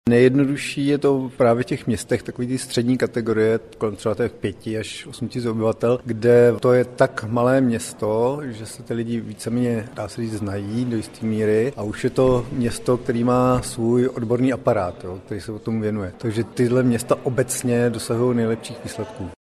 Nejjednodušší je to právě v těch městech, takový ty střední kategorie, kolem třeba těch 5 až 8 tisíc obyvatel, kde to je tak malé město, že se ty lidi víceméně, dá se říct, znají do jisté míry a už je to město, který má svůj odborný aparát, který se o tomu věnuje. Takže tyhle města obecně dosahují nejlepších výsledků.